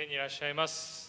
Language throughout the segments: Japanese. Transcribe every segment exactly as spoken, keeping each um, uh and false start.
上にいらっしゃいます。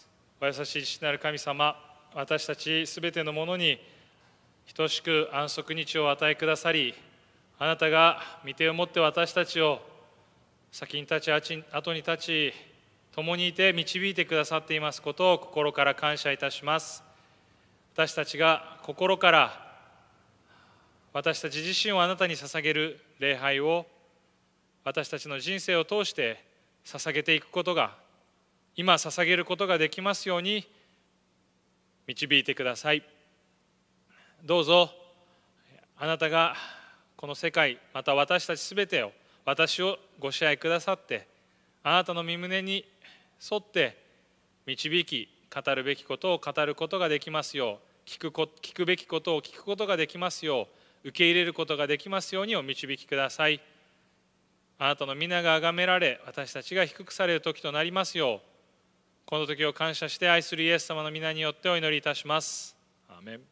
お優しい父なる神様、私たちすべてのものに等しく安息日をお与えくださり、あなたが御手を持って私たちを先に立ち後に立ち、共にいて導いてくださっていますことを心から感謝いたします。私たちが心から私たち自身をあなたに捧げる礼拝を私たちの人生を通して捧げていくことが、今捧げることができますように導いてください。どうぞあなたがこの世界、また私たちすべてを、私をご支配くださって、あなたの御胸に沿って導き、語るべきことを語ることができますよう、聞くこ、聞くべきことを聞くことができますよう、受け入れることができますようにお導きください。あなたの皆が崇められ、私たちが低くされる時となりますよう、この時を感謝して愛するイエス様の皆によってお祈りいたします。アーメン。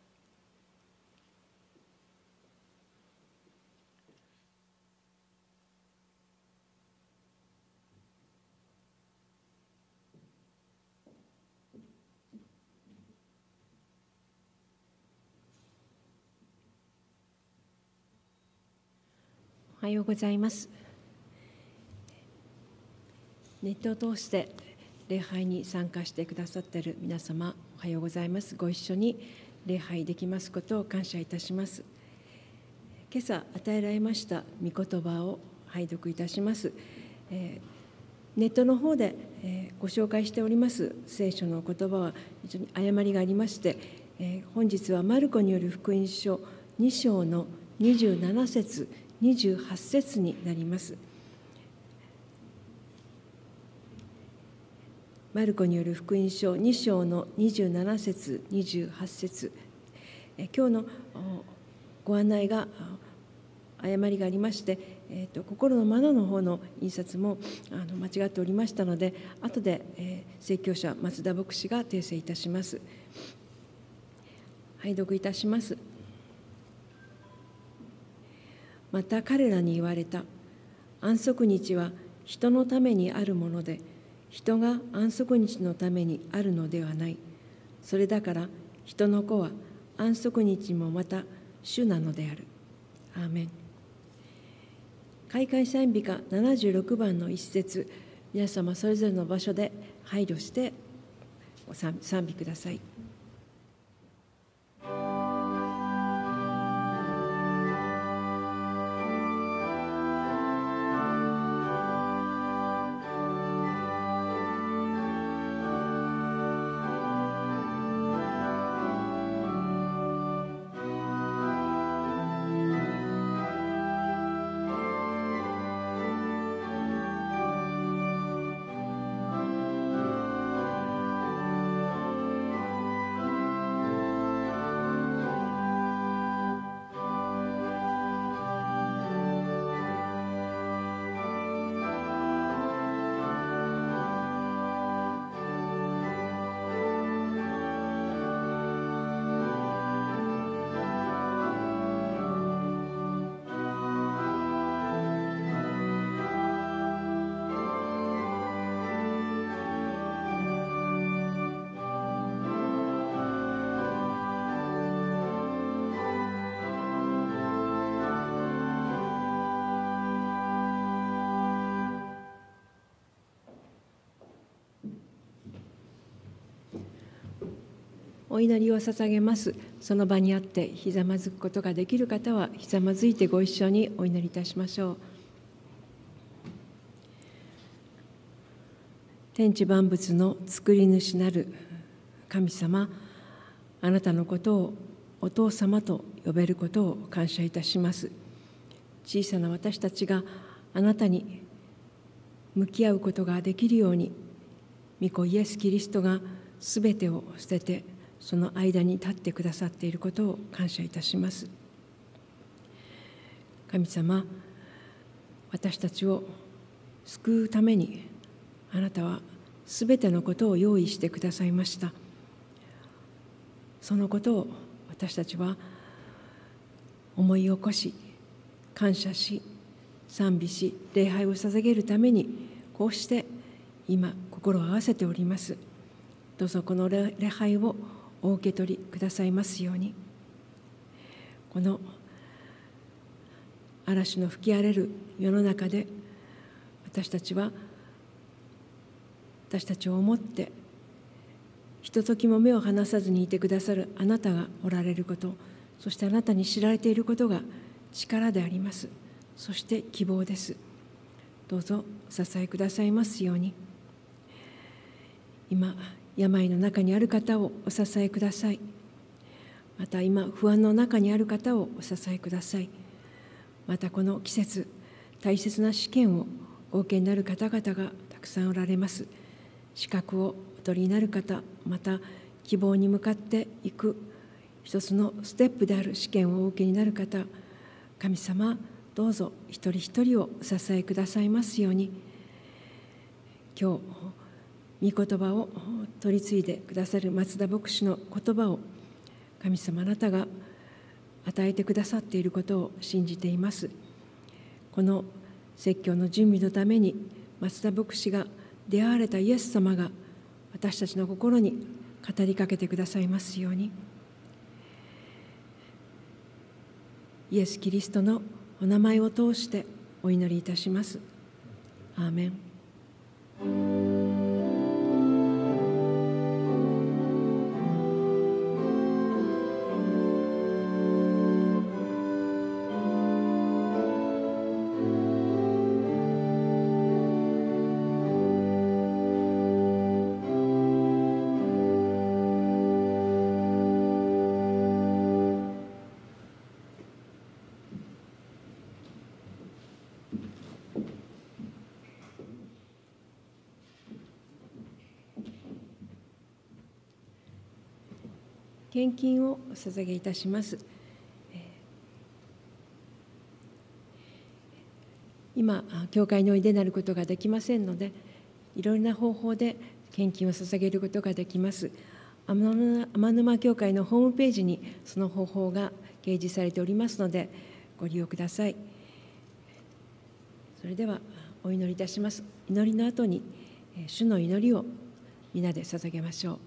おはようございます。ネットを通して礼拝に参加してくださっている皆様、おはようございます。ご一緒に礼拝できますことを感謝いたします。今朝与えられました御言葉を拝読いたします。えー、ネットの方で、えー、ご紹介しております聖書の言葉は非常に誤りがありまして、えー、本日はマルコによる福音書に章のにじゅうなな節にじゅうはち節になります。マルコによる福音書に章のにじゅうなな節にじゅうはち節、今日のご案内が誤りがありまして、えー、と心の窓の方の印刷もあの間違っておりましたので、後で、えー、説教者松田牧師が訂正いたします。拝読いたします。また彼らに言われた。安息日は人のためにあるもので、人が安息日のためにあるのではない。それだから人の子は安息日もまた主なのである。アーメン。開会賛美歌ななじゅうろくばんの一節、皆様それぞれの場所で配慮して賛美ください。お祈りを捧げます。その場にあってひざまずくことができる方はひざまずいてご一緒にお祈りいたしましょう。天地万物の作り主なる神様、あなたのことをお父様と呼べることを感謝いたします。小さな私たちがあなたに向き合うことができるように、御子イエス・キリストがすべてを捨ててその間に立ってくださっていることを感謝いたします。神様、私たちを救うためにあなたはすべてのことを用意してくださいました。そのことを私たちは思い起こし、感謝し、賛美し、礼拝を捧げるためにこうして今こ心を合わせております。どうぞこの礼拝をお受け取りくださいますように。この嵐の吹き荒れる世の中で、私たちは私たちを思ってひとときも目を離さずにいてくださるあなたがおられること、そしてあなたに知られていることが力であります。そして希望です。どうぞお支えくださいますように。今病の中にある方をお支えください。また今不安の中にある方をお支えください。またこの季節、大切な試験をお受けになる方々がたくさんおられます。資格をお取りになる方、また希望に向かっていく一つのステップである試験をお受けになる方、神様どうぞ一人一人をお支えくださいますように。今日御言葉を取り継いでくださる松田牧師の言葉を神様あなたが与えてくださっていることを信じています。この説教の準備のために松田牧師が出会われたイエス様が私たちの心に語りかけてくださいますように。イエス・キリストのお名前を通してお祈りいたします。アーメン。献金をお捧げいたします。今、教会においでなることができませんので、いろいろな方法で献金を捧げることができます。天沼教会のホームページにその方法が掲示されておりますので、ご利用ください。それではお祈りいたします。祈りの後に主の祈りを皆で捧げましょう。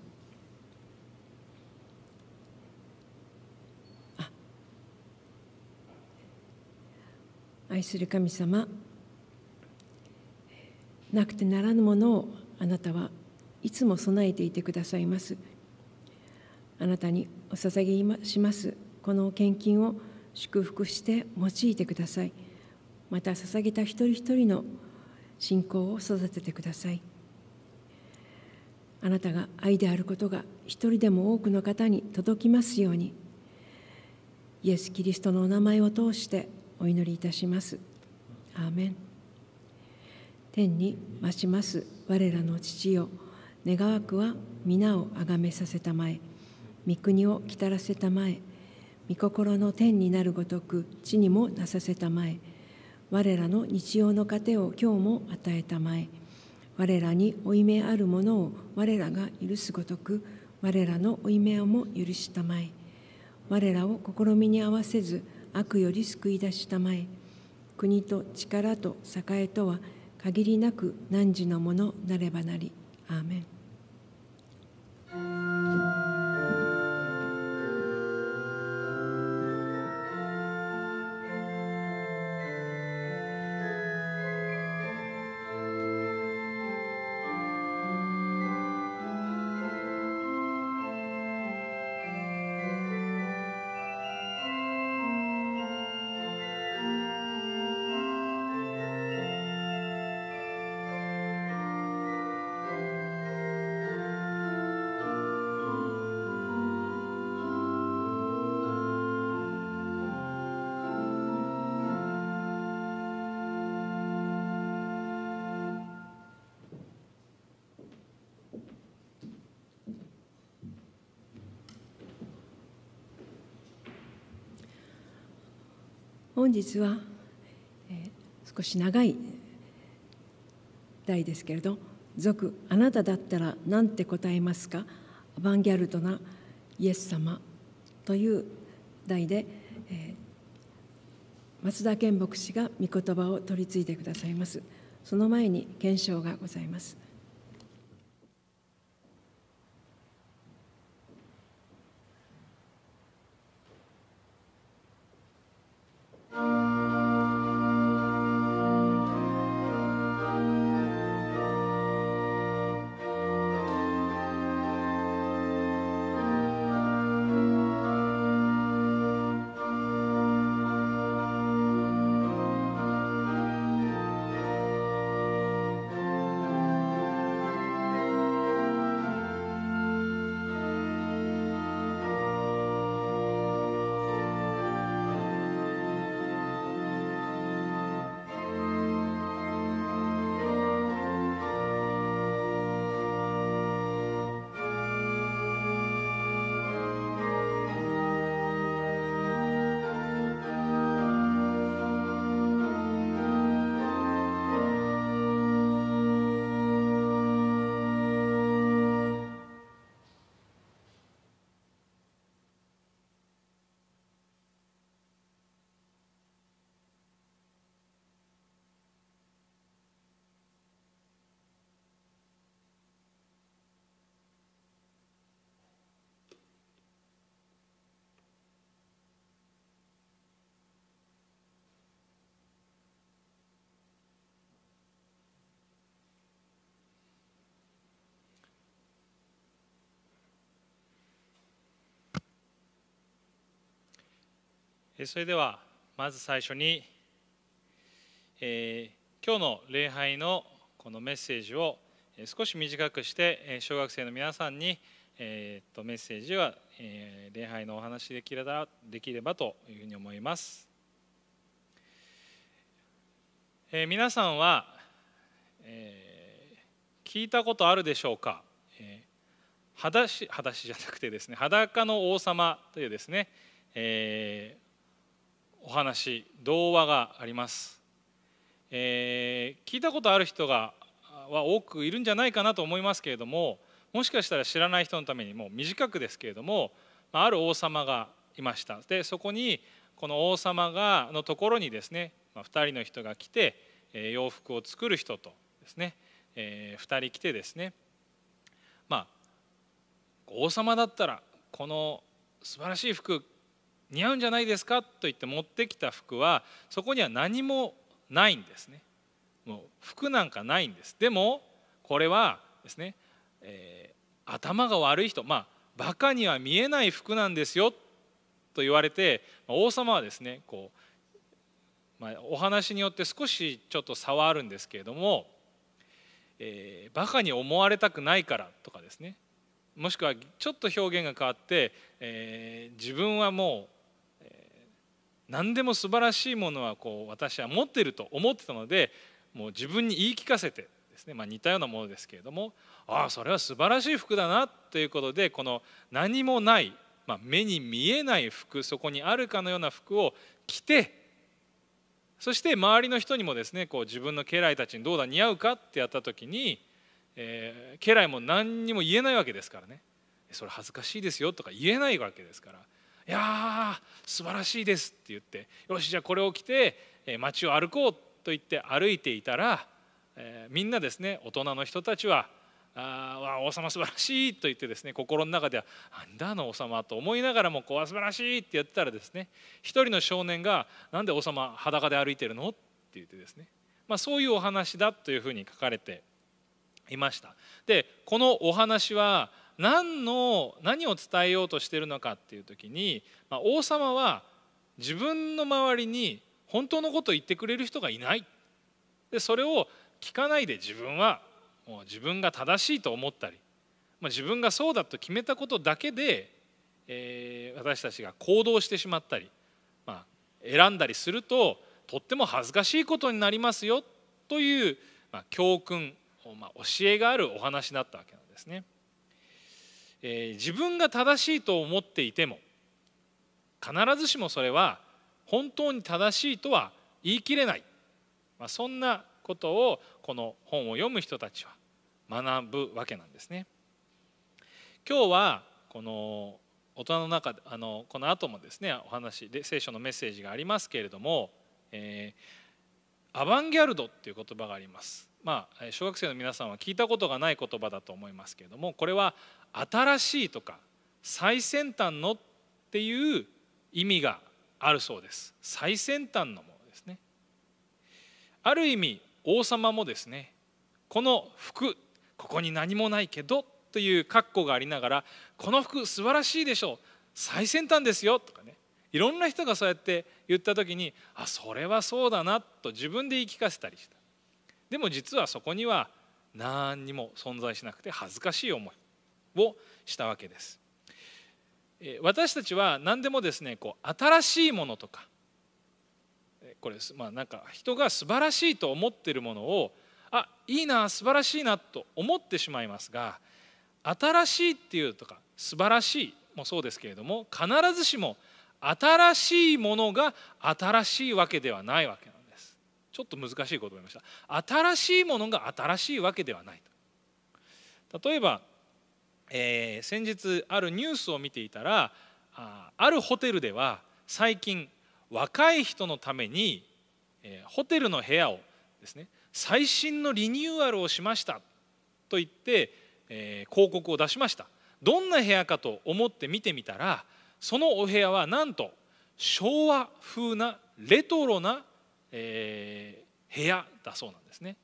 愛する神様、なくてならぬものをあなたはいつも備えていてくださいます。あなたにお捧げしますこの献金を祝福して用いてください。また捧げた一人一人の信仰を育ててください。あなたが愛であることが一人でも多くの方に届きますように、イエス・キリストのお名前を通してお祈りいたします。アーメン。天に増します我らの父よ、願わくは皆をあがめさせたまえ、御国をきたらせたまえ、御心の天になるごとく地にもなさせたまえ、我らの日用の糧を今日も与えたまえ、我らに負い目あるものを我らが許すごとく我らの負い目をも許したまえ、我らを試みに合わせず悪より救い出したまえ、国と力と栄とは限りなく汝のものなればなり。アーメン。本日は、えー、少し長い題ですけれど、俗あなただったら何て答えますか、アバンギャルドなイエス様という題で、えー、松田健牧師が御言葉を取り継いでくださいます。その前に献唱がございます。 それではまず最初に、えー、今日の礼拝のこのメッセージを少し短くして小学生の皆さんに、えー、とメッセージは、えー、礼拝のお話できれば、できればというふうに思います。えー、皆さんは、えー、聞いたことあるでしょうか。えー、裸足、裸足じゃなくてですね、裸の王様というですね、えーお話、童話があります。えー、聞いたことある人がは多くいるんじゃないかなと思いますけれども、もしかしたら知らない人のためにもう短くですけれども、ある王様がいました。でそこにこの王様がのところにですね、ふたりの人が来て、洋服を作る人とですね、えー、ふたり来てですね、まあ王様だったらこの素晴らしい服似合うんじゃないですかと言って持ってきた服はそこには何もないんですね。もう服なんかないんです。でもこれはですね、えー、頭が悪い人、まあバカには見えない服なんですよと言われて、王様はですねこう、まあ、お話によって少しちょっと差はあるんですけれども、えー、バカに思われたくないからとかですね、もしくはちょっと表現が変わって、えー、自分はもう何でも素晴らしいものはこう私は持っていると思ってたので、もう自分に言い聞かせてですね、まあ、似たようなものですけれども、ああそれは素晴らしい服だなということで、この何もない、まあ、目に見えない服、そこにあるかのような服を着て、そして周りの人にもですねこう自分の家来たちにどうだ似合うかってやった時に、えー、家来も何にも言えないわけですからね、それ恥ずかしいですよとか言えないわけですから、いやー素晴らしいですって言って、よしじゃあこれを着て街を歩こうと言って歩いていたら、えー、みんなですね大人の人たちはあわ王様素晴らしいと言ってですね、心の中ではなんだあの王様と思いながらもこう素晴らしいってやってたらですね、一人の少年がなんで王様裸で歩いてるのって言ってですね、まあ、そういうお話だというふうに書かれていました。でこのお話は何の何を伝えようとしているのかっていう時に、まあ、王様は自分の周りに本当のことを言ってくれる人がいない。でそれを聞かないで自分はもう自分が正しいと思ったり、まあ、自分がそうだと決めたことだけで、えー、私たちが行動してしまったり、まあ、選んだりするととっても恥ずかしいことになりますよという、まあ、教訓、まあ、教えがあるお話だったわけなんですね。えー、自分が正しいと思っていても必ずしもそれは本当に正しいとは言い切れない、まあ、そんなことをこの本を読む人たちは学ぶわけなんですね。今日はこの大人の中であのこの後もですねお話で聖書のメッセージがありますけれども、えー、アバンギャルドっていう言葉があります。まあ、小学生の皆さんは聞いたことがない言葉だと思いますけれども、これは新しいとか最先端のっていう意味があるそうです。最先端のものですね。ある意味王様もですね、この服ここに何もないけどという括弧がありながら、この服素晴らしいでしょう、最先端ですよとかね、いろんな人がそうやって言った時に、あそれはそうだなと自分で言い聞かせたりした。でも実はそこには何にも存在しなくて恥ずかしい思いをしたわけです。私たちは何でもですねこう新しいものとか、これまあなんか人が素晴らしいと思っているものをあいいな素晴らしいなと思ってしまいますが、新しいっていうとか素晴らしいもそうですけれども、必ずしも新しいものが新しいわけではないわけなんです。ちょっと難しいことを言いました。新しいものが新しいわけではないと。例えば、えー、先日あるニュースを見ていたら、あ, あるホテルでは最近若い人のために、えー、ホテルの部屋をですね最新のリニューアルをしましたと言って、えー、広告を出しました。どんな部屋かと思って見てみたら、そのお部屋はなんと昭和風なレトロな、えー、部屋だそうなんですね。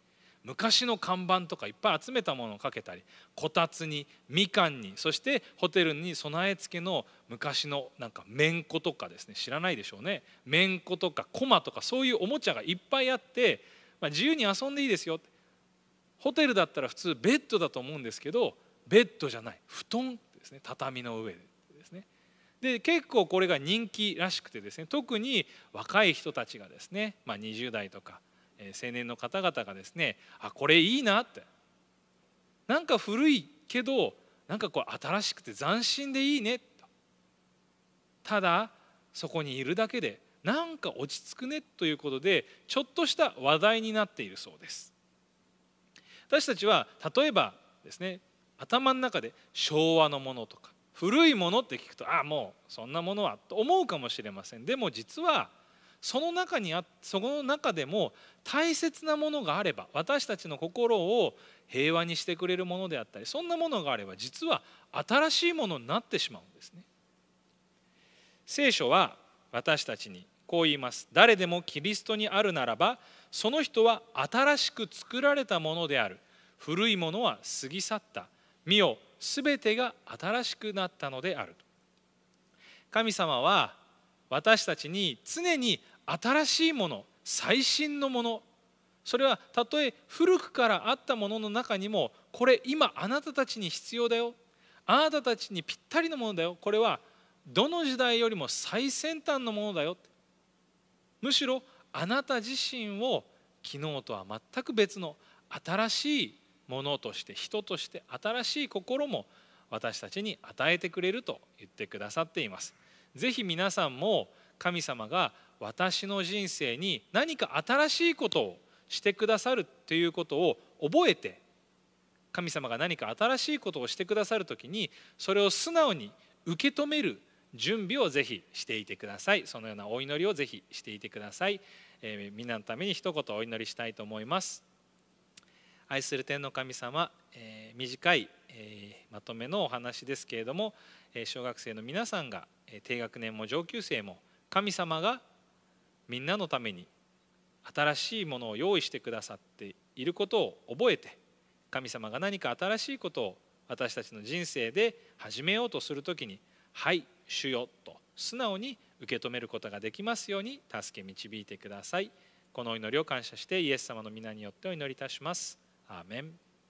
昔の看板とかいっぱい集めたものをかけたり、こたつにみかんに、そしてホテルに備え付けの昔のなんかめんことかですね、知らないでしょうね、めんことかコマとかそういうおもちゃがいっぱいあって、まあ、自由に遊んでいいですよ。ホテルだったら普通ベッドだと思うんですけど、ベッドじゃない、布団ですね、畳の上でですね。で結構これが人気らしくてですね、特に若い人たちがですね、まあ、にじゅう代とか青年の方々がですね、あ、これいいなって、なんか古いけどなんかこう新しくて斬新でいいねと、ただそこにいるだけでなんか落ち着くねということで、ちょっとした話題になっているそうです。私たちは例えばですね、頭の中で昭和のものとか古いものって聞くと、ああもうそんなものはと思うかもしれません。でも実はその中にあその中でも大切なものがあれば、私たちの心を平和にしてくれるものであったり、そんなものがあれば実は新しいものになってしまうんですね。聖書は私たちにこう言います。誰でもキリストにあるならば、その人は新しく作られたものである。古いものは過ぎ去った。見よ、すべてが新しくなったのである。神様は私たちに常に新しいもの、最新のもの、それはたとえ古くからあったものの中にも、これ今あなたたちに必要だよ、あなたたちにぴったりのものだよ、これはどの時代よりも最先端のものだよ、むしろあなた自身を昨日とは全く別の新しいものとして、人として新しい心も私たちに与えてくれると言ってくださっています。ぜひ皆さんも神様が私の人生に何か新しいことをしてくださるということを覚えて、神様が何か新しいことをしてくださるときにそれを素直に受け止める準備をぜひしていてください。そのようなお祈りをぜひしていてください。えー、みんなのために一言お祈りしたいと思います。愛する天の神様、えー、短い、えー、まとめのお話ですけれども、えー、小学生の皆さんが、えー、低学年も上級生も神様がみんなのために新しいものを用意してくださっていることを覚えて、神様が何か新しいことを私たちの人生で始めようとするときに、はい主よと素直に受け止めることができますように助け導いてください。このお祈りを感謝してイエス様の皆によってお祈りいたします。アーメン。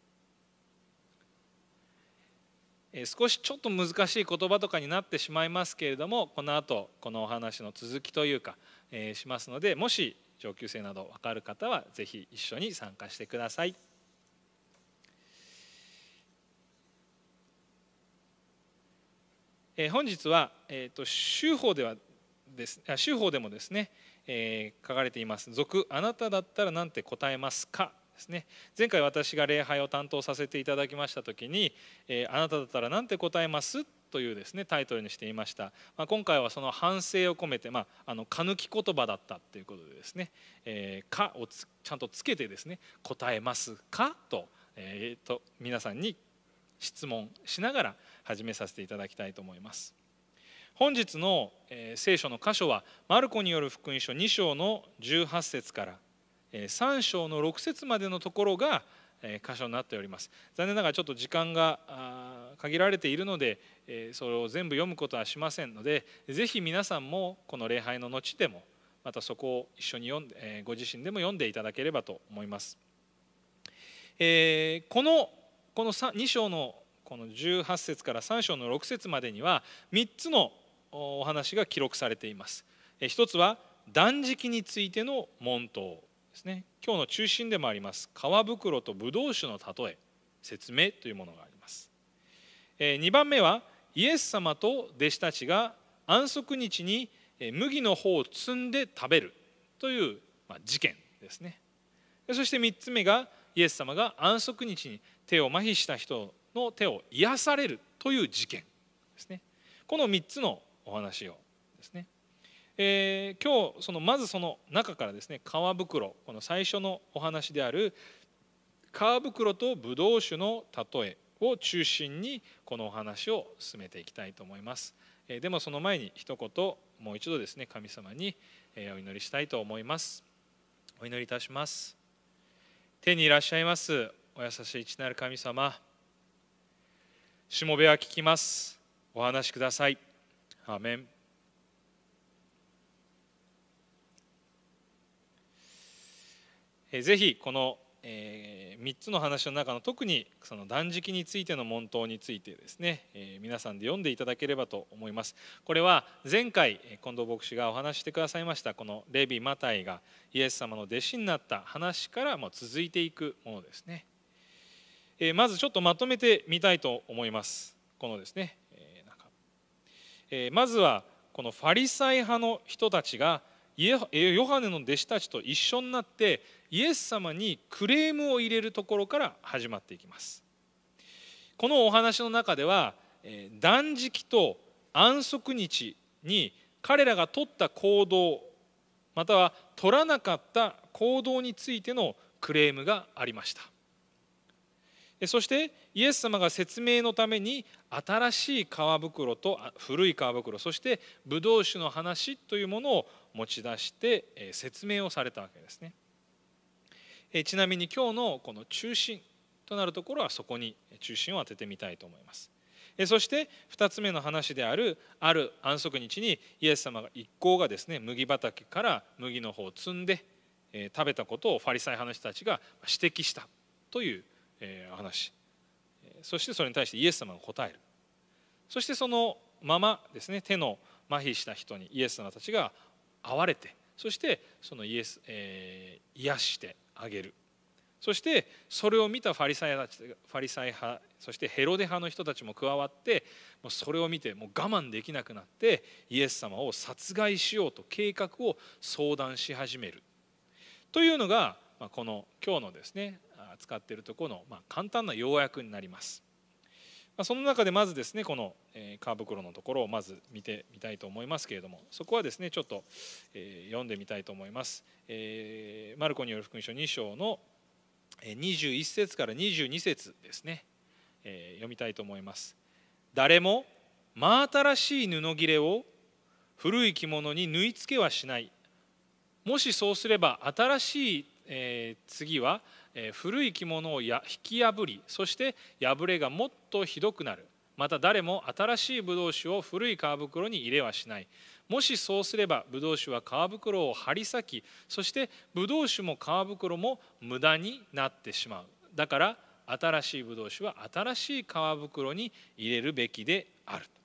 え少しちょっと難しい言葉とかになってしまいますけれども、この後このお話の続きというか、えー、しますので、もし上級生など分かる方はぜひ一緒に参加してください。えー、本日は、えー、と修法ではです修法でもですね、えー、書かれています「俗あなただったら何て答えますか」ですね。前回私が礼拝を担当させていただきましたときに、えー「あなただったら何て答えます?」というですねタイトルにしていました。まあ、今回はその反省を込めて、まあ、あのか抜き言葉だったということでですね「えー、か」をつちゃんとつけてですね「答えますか?」と、えー、と皆さんに質問しながら始めさせていただきたいと思います。本日の、えー、聖書の箇所はマルコによる福音書に章のじゅうはち節から、えー、さん章のろく節までのところが、えー、箇所になっております。残念ながらちょっと時間が限られているので、えー、それを全部読むことはしませんので、ぜひ皆さんもこの礼拝の後でもまたそこを一緒に読んで、えー、ご自身でも読んでいただければと思います。えー、このこのに章のこのじゅうはち節からさん章のろく節までにはみっつのお話が記録されています。一つは断食についての問答ですね。今日の中心でもあります皮袋とブドウ酒の例え説明というものがあります。にばんめはイエス様と弟子たちが安息日に麦の穂を摘んで食べるという事件ですね。そしてみっつめがイエス様が安息日に手を麻痺した人の手を癒されるという事件ですね。このみっつのお話をですね、えー、今日そのまずその中からですね皮袋、この最初のお話である皮袋とブドウ酒の例えを中心にこのお話を進めていきたいと思います。えー、でもその前に一言もう一度ですね神様にお祈りしたいと思います。お祈りいたします。 天にいらっしゃいますお優しい父なる神様、しもべは聞きます。お話しください。アーメン。えー、ぜひこの、えー、みっつの話の中の特にその断食についての問答についてですね、えー、皆さんで読んでいただければと思います。これは前回近藤牧師がお話してくださいましたこのレビ・マタイがイエス様の弟子になった話からも続いていくものですね。えー、まずちょっとまとめてみたいと思います。このですね、えーなんかえー、まずはこのファリサイ派の人たちがヨハネの弟子たちと一緒になってイエス様にクレームを入れるところから始まっていきます。このお話の中では断食と安息日に彼らが取った行動または取らなかった行動についてのクレームがありました。そしてイエス様が説明のために新しい皮袋と古い皮袋、そしてブドウ酒の話というものを持ち出して説明をされたわけですね。ちなみに今日のこの中心となるところはそこに中心を当ててみたいと思います。そしてふたつめの話であるある安息日にイエス様が一行がですね麦畑から麦の方を摘んで食べたことをファリサイ派の人たちが指摘したという話、そしてそれに対してイエス様が答える。そしてそのままですね手の麻痺した人にイエス様たちが憐れて、そしてそのイエス、えー、癒してあげる。そしてそれを見たファリサイ派、ファリサイ派、そしてヘロデ派の人たちも加わって、もうそれを見てもう我慢できなくなってイエス様を殺害しようと計画を相談し始めるというのがこの今日のですね使っているところのまあ簡単な要約になります。その中でまずですねこの皮袋のところをまず見てみたいと思いますけれども、そこはですねちょっと読んでみたいと思います。マルコによる福音書に章のにじゅういっ節からにじゅうに節ですね、読みたいと思います。誰も真新しい布切れを古い着物に縫い付けはしない。もしそうすれば新しい、えー、次は古い着物を引き破り、そして破れがもっとひどくなる。また誰も新しいブドウ酒を古い皮袋に入れはしない。もしそうすればブドウ酒は皮袋を張り裂き、そしてブドウ酒も皮袋も無駄になってしまう。だから新しいブドウ酒は新しい皮袋に入れるべきである。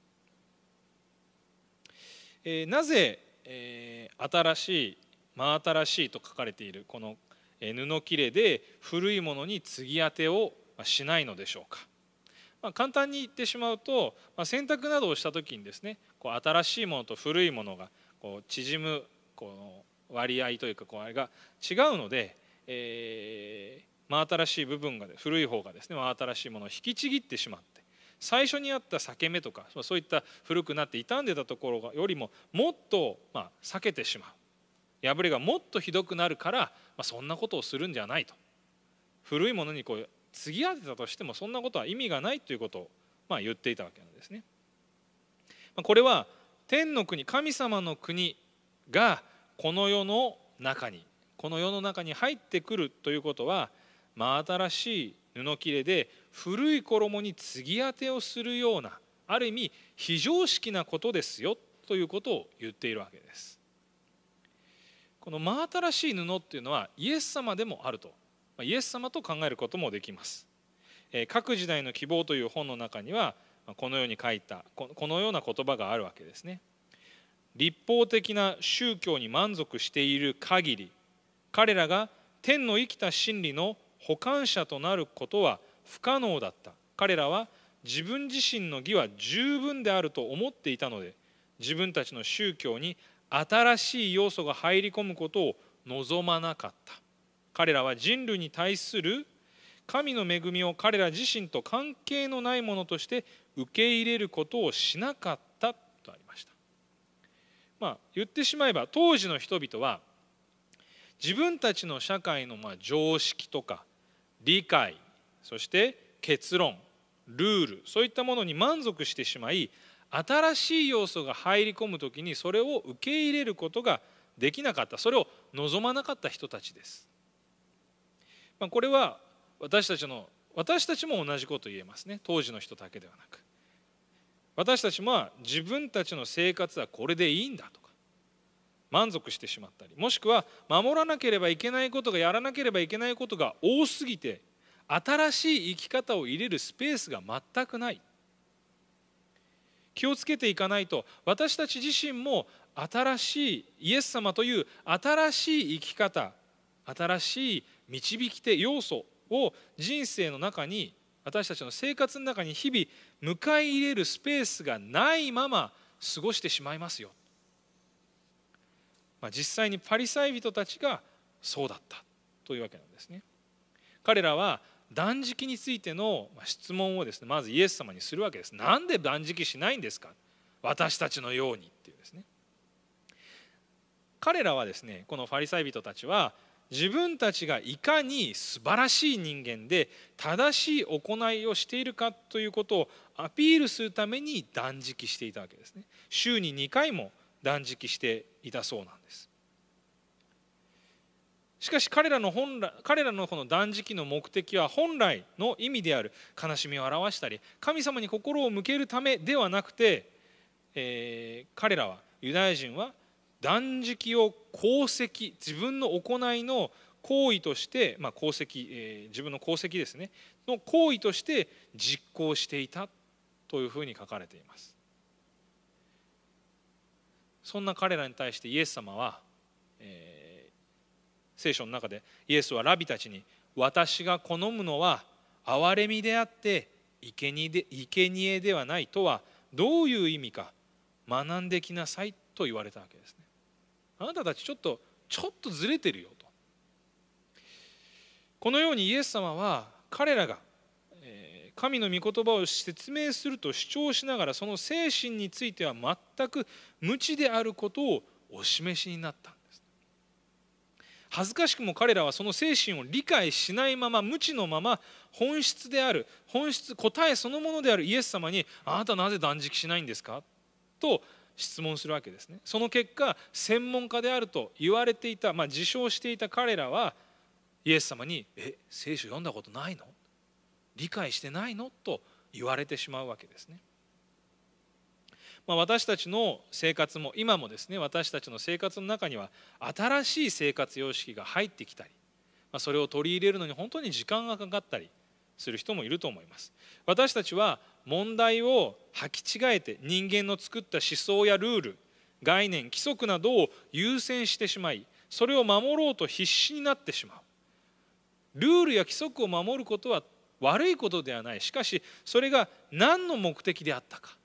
えー、なぜ、えー、新しい真新しいと書かれているこの布切れで古いものに継ぎ当てをしないのでしょうか。まあ、簡単に言ってしまうと、まあ、洗濯などをした時にですねこう新しいものと古いものがこう縮むこの割合というかこうあれが違うので、えー、真新しい部分が古い方がですね真新しいものを引きちぎってしまって最初にあった裂け目とかそういった古くなって傷んでたところよりももっとまあ避けてしまう。破れがもっとひどくなるから、まあ、そんなことをするんじゃないと。古いものにこう継ぎ当てたとしてもそんなことは意味がないということを、まあ、言っていたわけなんですね。これは天の国、神様の国がこの世の中にこの世の中に入ってくるということは、真新しい布切れで古い衣に継ぎ当てをするようなある意味非常識なことですよということを言っているわけです。この真新しい布っていうのはイエス様でもあると、イエス様と考えることもできます。各時代の希望という本の中にはこのように書いたこのような言葉があるわけですね。立法的な宗教に満足している限り、彼らが天の生きた真理の補完者となることは不可能だった。彼らは自分自身の義は十分であると思っていたので、自分たちの宗教に新しい要素が入り込むことを望まなかった。彼らは人類に対する神の恵みを彼ら自身と関係のないものとして受け入れることをしなかったとありました。まあ言ってしまえば当時の人々は自分たちの社会のまあ常識とか理解、そして結論、ルール、そういったものに満足してしまい、新しい要素が入り込むときにそれを受け入れることができなかった、それを望まなかった人たちです。 まあ、これは私たちの私たちも同じこと言えますね。当時の人だけではなく、私たちも自分たちの生活はこれでいいんだとか満足してしまったり、もしくは守らなければいけないことがやらなければいけないことが多すぎて新しい生き方を入れるスペースが全くない。気をつけていかないと、私たち自身も新しいイエス様という新しい生き方、新しい導き手要素を人生の中に、私たちの生活の中に日々迎え入れるスペースがないまま過ごしてしまいますよ。まあ、実際にパリサイ人たちがそうだったというわけなんですね。彼らは断食についての質問をですね、まずイエス様にするわけです。なんで断食しないんですか、私たちのようにっていうですね。彼らはですね、このファリサイ人たちは自分たちがいかに素晴らしい人間で正しい行いをしているかということをアピールするために断食していたわけですね。週ににかいも断食していたそうなんです。しかし彼らの本来彼らのこの断食の目的は本来の意味である悲しみを表したり神様に心を向けるためではなくて、えー、彼らはユダヤ人は断食を功績、自分の行いの行為として、まあ、功績、えー、自分の功績ですねの行為として実行していたというふうに書かれています。そんな彼らに対してイエス様は、えー、聖書の中でイエスはラビたちに、私が好むのは憐れみであって生贄ではないとはどういう意味か学んできなさいと言われたわけですね。あなたたちちょっとちょっとずれてるよと。このようにイエス様は彼らが神の御言葉を説明すると主張しながら、その精神については全く無知であることをお示しになったんです。恥ずかしくも彼らはその精神を理解しないまま、無知のまま本質である本質答えそのものであるイエス様に、あなたなぜ断食しないんですかと質問するわけですね。その結果、専門家であると言われていた、まあ、自称していた彼らはイエス様に、え、聖書読んだことないの？理解してないの？と言われてしまうわけですね。まあ、私たちの生活も今もですね、私たちの生活の中には新しい生活様式が入ってきたり、まあ、それを取り入れるのに本当に時間がかかったりする人もいると思います。私たちは問題を履き違えて人間の作った思想やルール、概念、規則などを優先してしまい、それを守ろうと必死になってしまう。ルールや規則を守ることは悪いことではない。しかしそれが何の目的であったか。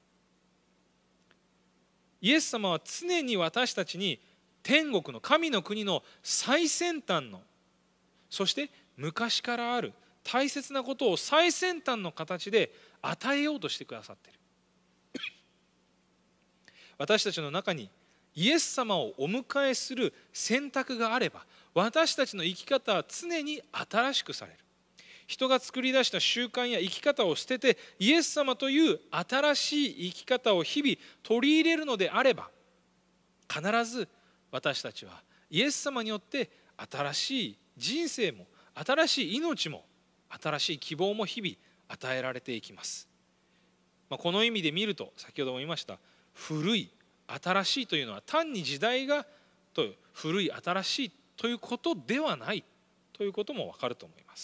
イエス様は常に私たちに天国の神の国の最先端の、そして昔からある大切なことを最先端の形で与えようとしてくださっている。私たちの中にイエス様をお迎えする選択があれば、私たちの生き方は常に新しくされる。人が作り出した習慣や生き方を捨てて、イエス様という新しい生き方を日々取り入れるのであれば、必ず私たちはイエス様によって新しい人生も新しい命も新しい希望も日々与えられていきます。まあ、この意味で見ると、先ほども言いました古い新しいというのは単に時代がという古い新しいということではないということも分かると思います。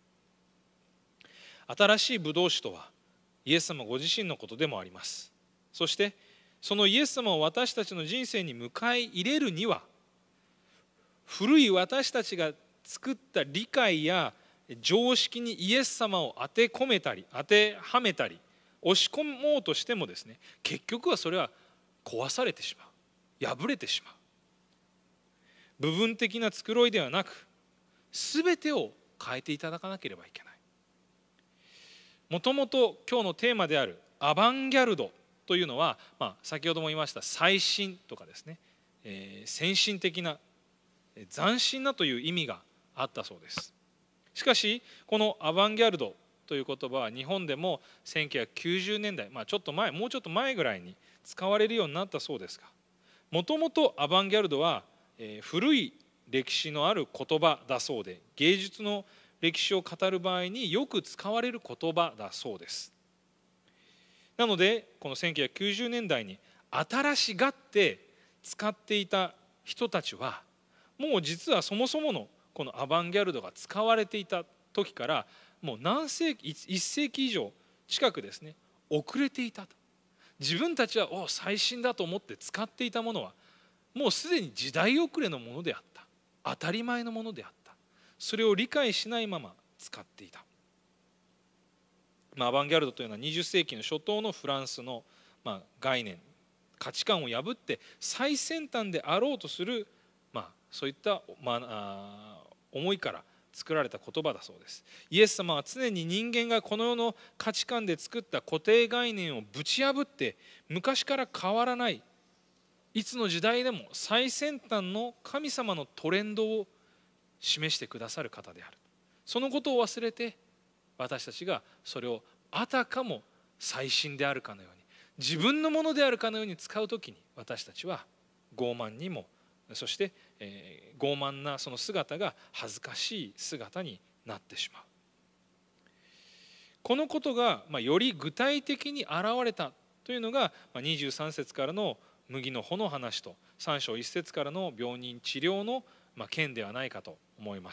新しいブドウ酒とはイエス様ご自身のことでもあります。そしてそのイエス様を私たちの人生に迎え入れるには、古い私たちが作った理解や常識にイエス様を当て込めたり当てはめたり押し込もうとしてもですね、結局はそれは壊されてしまう、破れてしまう。部分的な繕いではなく、全てを変えていただかなければいけない。もともと今日のテーマであるアバンギャルドというのは、まあ、先ほども言いました最新とかですね、えー、先進的な斬新なという意味があったそうです。しかしこのアバンギャルドという言葉は日本でもせんきゅうひゃくきゅうじゅうねんだい、まあ、ちょっと前もうちょっと前ぐらいに使われるようになったそうですが、もともとアバンギャルドは、えー、古い歴史のある言葉だそうで、芸術の歴史を語る場合によく使われる言葉だそうです。なのでこのせんきゅうひゃくきゅうじゅうねんだいに新しがって使っていた人たちは、もう実はそもそものこのアバンギャルドが使われていた時からもう何世紀いっせいき以上近くですね遅れていたと。自分たちはお最新だと思って使っていたものはもうすでに時代遅れのものであった、当たり前のものであった、それを理解しないまま使っていた。まあ、アバンギャルドというのはにじゅっせいきの初頭のフランスのまあ概念価値観を破って最先端であろうとする、まあ、そういった、まあ、思いから作られた言葉だそうです。イエス様は常に人間がこの世の価値観で作った固定概念をぶち破って昔から変わらないいつの時代でも最先端の神様のトレンドを示してくださる方である。そのことを忘れて私たちがそれをあたかも最新であるかのように自分のものであるかのように使うときに私たちは傲慢にもそして、えー、傲慢なその姿が恥ずかしい姿になってしまう。このことが、まあ、より具体的に現れたというのが、まあ、にじゅうさん節からの麦の穂の話とさん章いち節からの病人治療の、まあ、件ではないかと思います。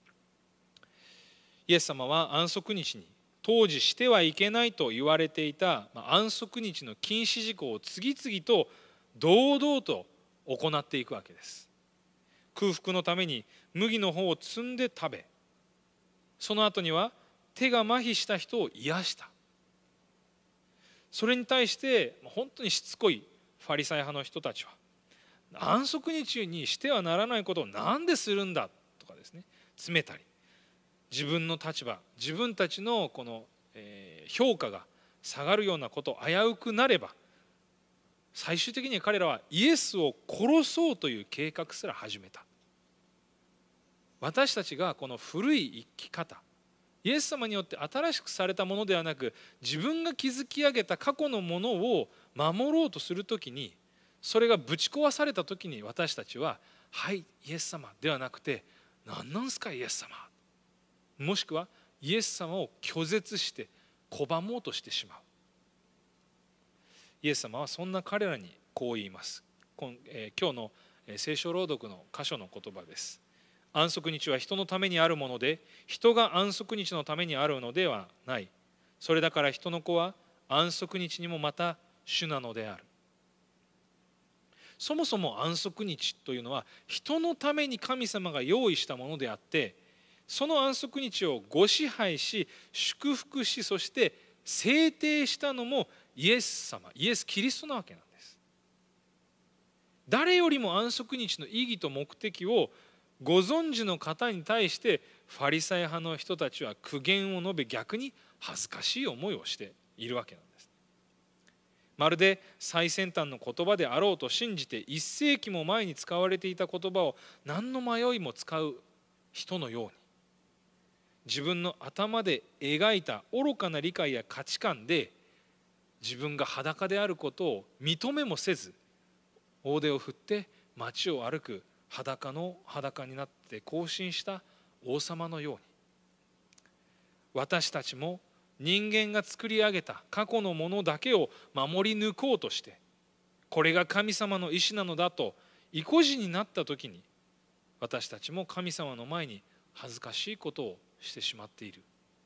イエス様は安息日に当時してはいけないと言われていた安息日の禁止事項を次々と堂々と行っていくわけです。空腹のために麦の穂を摘んで食べ、その後には手が麻痺した人を癒した。それに対して本当にしつこいファリサイ派の人たちは安息日にしてはならないことを何でするんだとかですね、詰めたり自分の立場自分たちのこの評価が下がるようなこと危うくなれば最終的に彼らはイエスを殺そうという計画すら始めた。私たちがこの古い生き方イエス様によって新しくされたものではなく自分が築き上げた過去のものを守ろうとするときにそれがぶち壊されたときに私たちははいイエス様ではなくて何なんすかイエス様もしくはイエス様を拒絶して拒もうとしてしまう。イエス様はそんな彼らにこう言います。今日の聖書朗読の箇所の言葉です。安息日は人のためにあるもので人が安息日のためにあるのではない。それだから人の子は安息日にもまた主なのである。そもそも安息日というのは人のために神様が用意したものであってその安息日をご支配し祝福しそして制定したのもイエス様イエス・キリストなわけなんです。誰よりも安息日の意義と目的をご存知の方に対してファリサイ派の人たちは苦言を述べ逆に恥ずかしい思いをしているわけなんです。まるで最先端の言葉であろうと信じていっ世紀も前に使われていた言葉を何の迷いも使う人のように自分の頭で描いた愚かな理解や価値観で自分が裸であることを認めもせず大手を振って街を歩く裸の裸になって行進した王様のように私たちも人間が作り上げた過去のものだけを守り抜こうとしてこれが神様の意志なのだと意固地になった時に私たちも神様の前に恥ずかしいことをしてしまっている。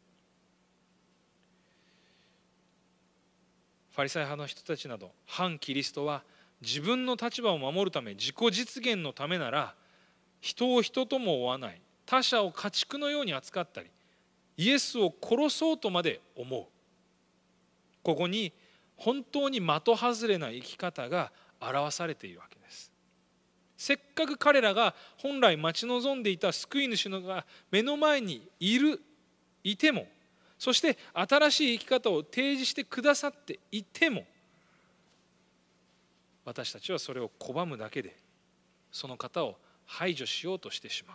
ファリサイ派の人たちなど反キリストは自分の立場を守るため自己実現のためなら人を人とも追わない他者を家畜のように扱ったりイエスを殺そうとまで思う。ここに本当に的外れな生き方が表されているわけです。せっかく彼らが本来待ち望んでいた救い主のが目の前にいるいてもそして新しい生き方を提示してくださっていても私たちはそれを拒むだけでその方を排除しようとしてしまう。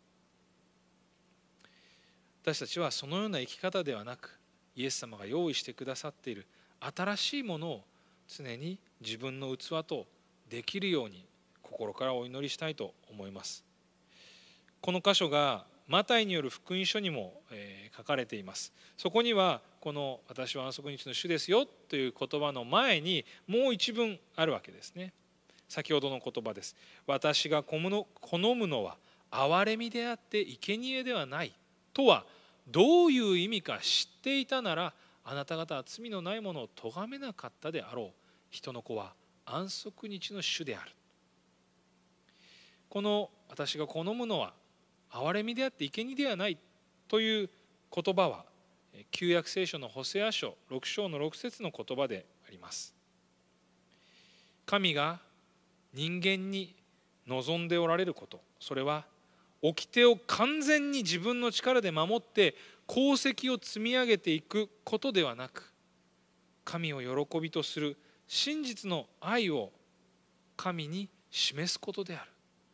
私たちはそのような生き方ではなくイエス様が用意してくださっている新しいものを常に自分の器とできるように心からお祈りしたいと思います。この箇所がマタイによる福音書にも、えー、書かれています。そこにはこの私は安息日の主ですよという言葉の前にもう一文あるわけですね。先ほどの言葉です。私が好むのは憐れみであって生贄ではないとはどういう意味か知っていたなら、あなた方は罪のないものを咎めなかったであろう。人の子は安息日の主である。この私が好むのは憐れみであって生贄ではないという言葉は旧約聖書のホセア書ろく章のろく節の言葉であります。神が人間に望んでおられること、それは掟を完全に自分の力で守って功績を積み上げていくことではなく、神を喜びとする真実の愛を神に示すことである。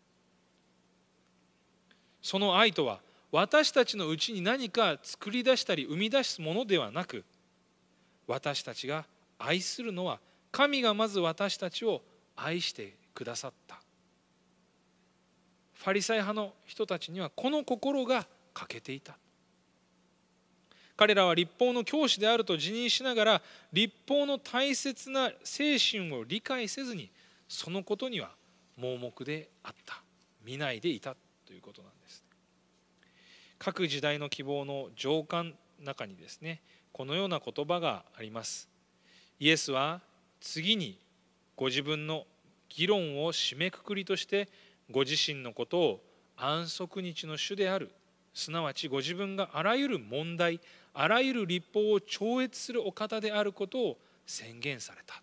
その愛とは私たちのうちに何か作り出したり生み出すものではなく、私たちが愛するのは神がまず私たちを愛してくださった。ファリサイ派の人たちにはこの心が欠けていた。彼らは律法の教師であると自認しながら、律法の大切な精神を理解せずに、そのことには盲目であった、見ないでいたということなんです。各時代の希望の上巻の中にですね、このような言葉があります。イエスは次にご自分の議論を締めくくりとしてご自身のことを安息日の主である、すなわちご自分があらゆる問題、あらゆる律法を超越するお方であることを宣言された。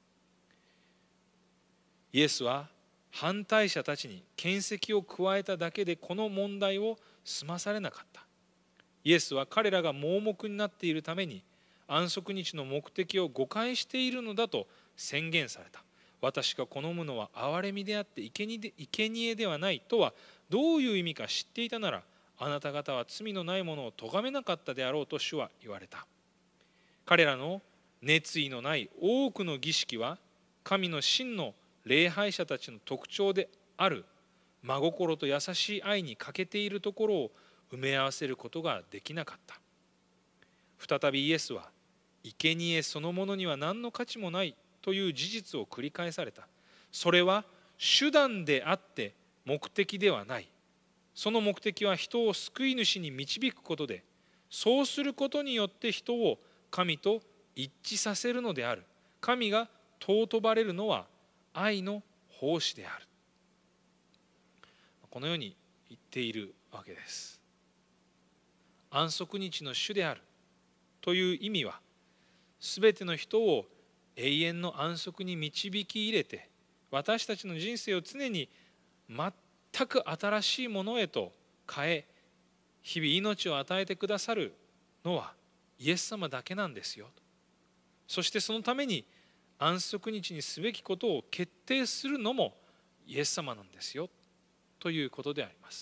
イエスは反対者たちに権責を加えただけでこの問題を済まされなかった。イエスは彼らが盲目になっているために安息日の目的を誤解しているのだと宣言された。私が好むのは憐れみであって生贄ではないとはどういう意味か知っていたなら、あなた方は罪のないものを咎めなかったであろうと主は言われた。彼らの熱意のない多くの儀式は神の真の礼拝者たちの特徴である真心と優しい愛に欠けているところを埋め合わせることができなかった。再びイエスは生贄そのものには何の価値もないという事実を繰り返された。それは手段であって目的ではない。その目的は人を救い主に導くことで、そうすることによって人を神と一致させるのである。神が尊ばれるのは愛の奉仕である。このように言っているわけです。安息日の主であるという意味は、すべての人を永遠の安息に導き入れて、私たちの人生を常に全く新しいものへと変え、日々命を与えてくださるのはイエス様だけなんですよ。そしてそのために安息日にすべきことを決定するのもイエス様なんですよということであります。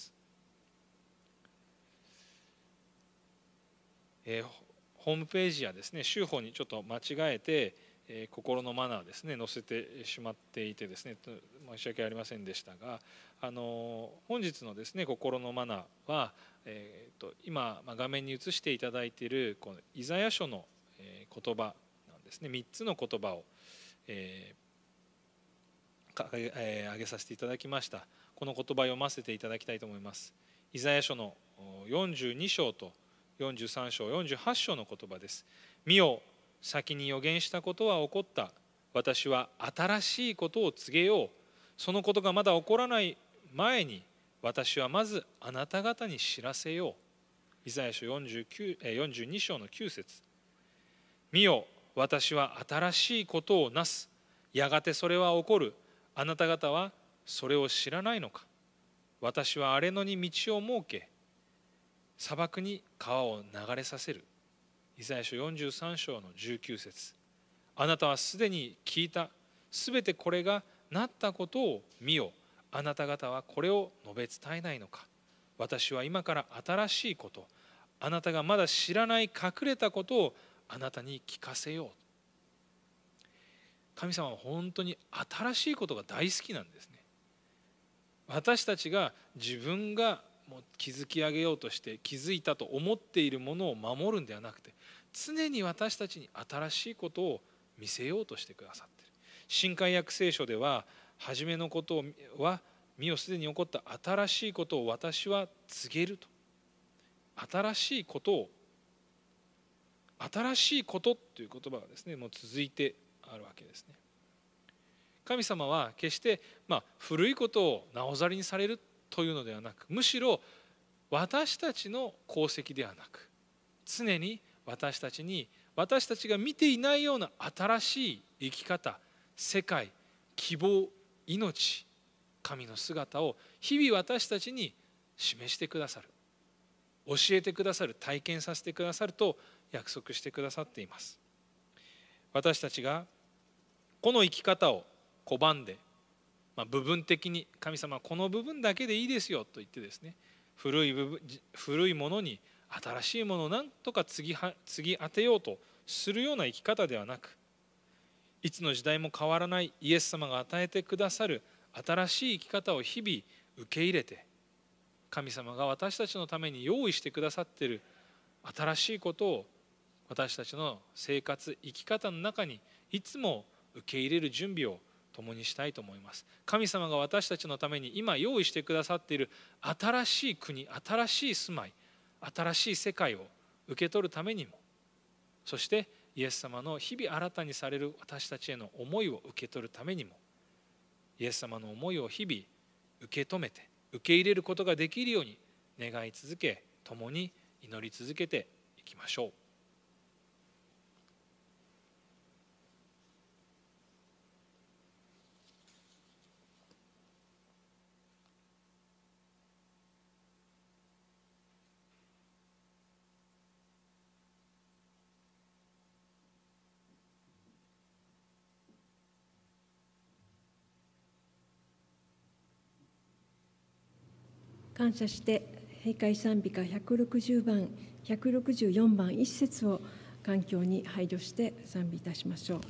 えー、ホームページやですね、州法にちょっと間違えて、えー、心のマナーですね載せてしまっていてですね、申し訳ありませんでしたが、あのー、本日のですね心のマナーは、えー、と今、まあ、画面に映していただいているこのイザヤ書の、えー、言葉なんですね。みっつの言葉を、えーかえー、挙げさせていただきました。この言葉を読ませていただきたいと思います。イザヤ書のよんじゅうに章とよんじゅうさん章よんじゅうはち章の言葉です。見よ、先に予言したことは起こった。私は新しいことを告げよう。そのことがまだ起こらない前に、私はまずあなた方に知らせよう。イザヤ書よんじゅうきゅう、よんじゅうに章のきゅう節。見よ、私は新しいことをなす。やがてそれは起こる。あなた方はそれを知らないのか。私は荒れ野に道を設け、砂漠に川を流れさせる。イザヤ書よんじゅうさん章のじゅうきゅう節。あなたはすでに聞いた。すべてこれがなったことを見よ。あなた方はこれを述べ伝えないのか。私は今から新しいこと、あなたがまだ知らない隠れたことをあなたに聞かせよう。神様は本当に新しいことが大好きなんですね。私たちが自分がもう築き上げようとして築いたと思っているものを守るんではなくて、常に私たちに新しいことを見せようとしてくださっている。新海訳聖書では、初めのことは見よすでに起こった新しいことを私は告げると。新しいことを、新しいことという言葉がですね、もう続いてあるわけですね。神様は決して、まあ、古いことをなおざりにされるというのではなく、むしろ私たちの功績ではなく、常に私たちに私たちが見ていないような新しい生き方、世界、希望、命、神の姿を日々私たちに示してくださる、教えてくださる、体験させてくださると約束してくださっています。私たちがこの生き方を拒んで、まあ、部分的に神様はこの部分だけでいいですよと言ってですね、古い部分、古いものに新しいものを何とか継ぎは継ぎ当てようとするような生き方ではなく、いつの時代も変わらないイエス様が与えてくださる新しい生き方を日々受け入れて、神様が私たちのために用意してくださっている新しいことを私たちの生活、生き方の中にいつも受け入れる準備を共にしたいと思います。神様が私たちのために今用意してくださっている新しい国、新しい住まい、新しい世界を受け取るためにも、そしてイエス様の日々新たにされる私たちへの思いを受け取るためにも、イエス様の思いを日々受け止めて受け入れることができるように願い続け、共に祈り続けていきましょう。 感謝して閉会賛美歌ひゃくろくじゅうばん、ひゃくろくじゅうよんばん一節を環境に配慮して賛美いたしましょう。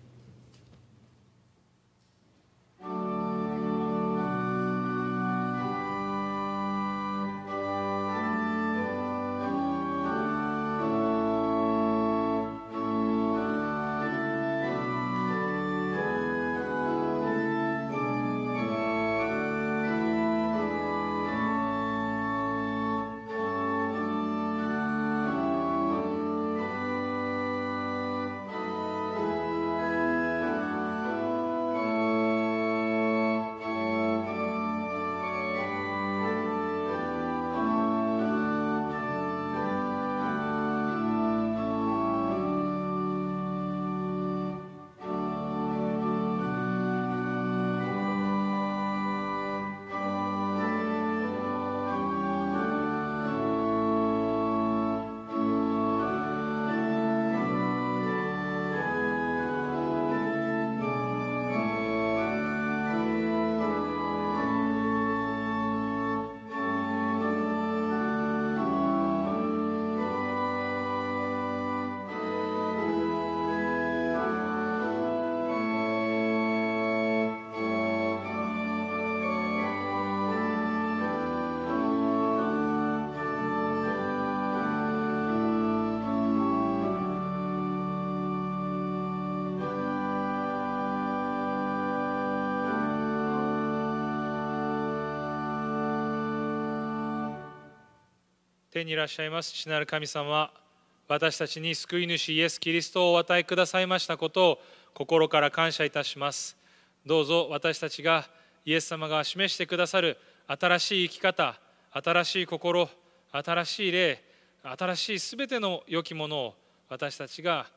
天にいらっしゃいます父なる神様、私たちに救い主イエス・キリストをお与えくださいましたことを心から感謝いたします。どうぞ私たちがイエス様が示してくださる新しい生き方、新しい心、新しい霊、新しいすべての良きものを私たちが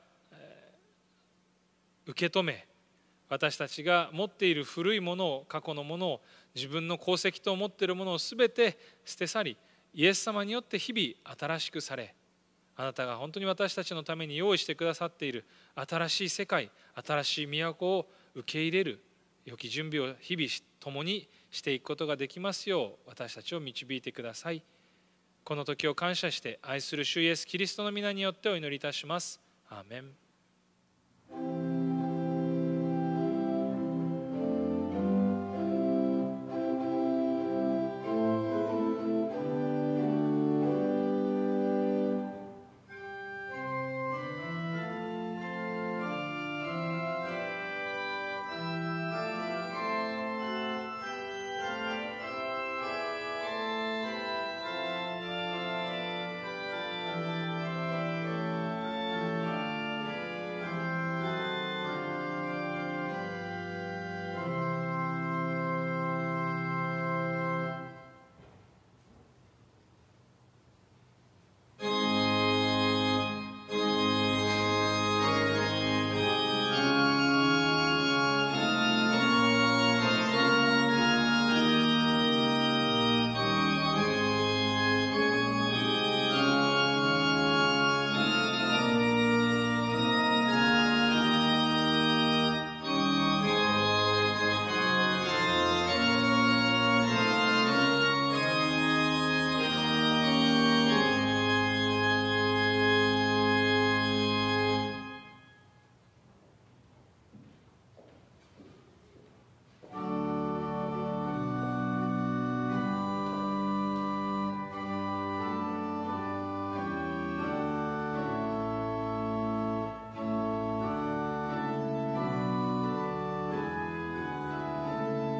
受け止め、私たちが持っている古いものを、過去のものを、自分の功績と思っているものをすべて捨て去り、イエス様によって日々新しくされ、あなたが本当に私たちのために用意してくださっている新しい世界、新しい都を受け入れる良き準備を日々共にしていくことができますよう、私たちを導いてください。この時を感謝して愛する主イエスキリストの皆によってお祈りいたします。アーメン。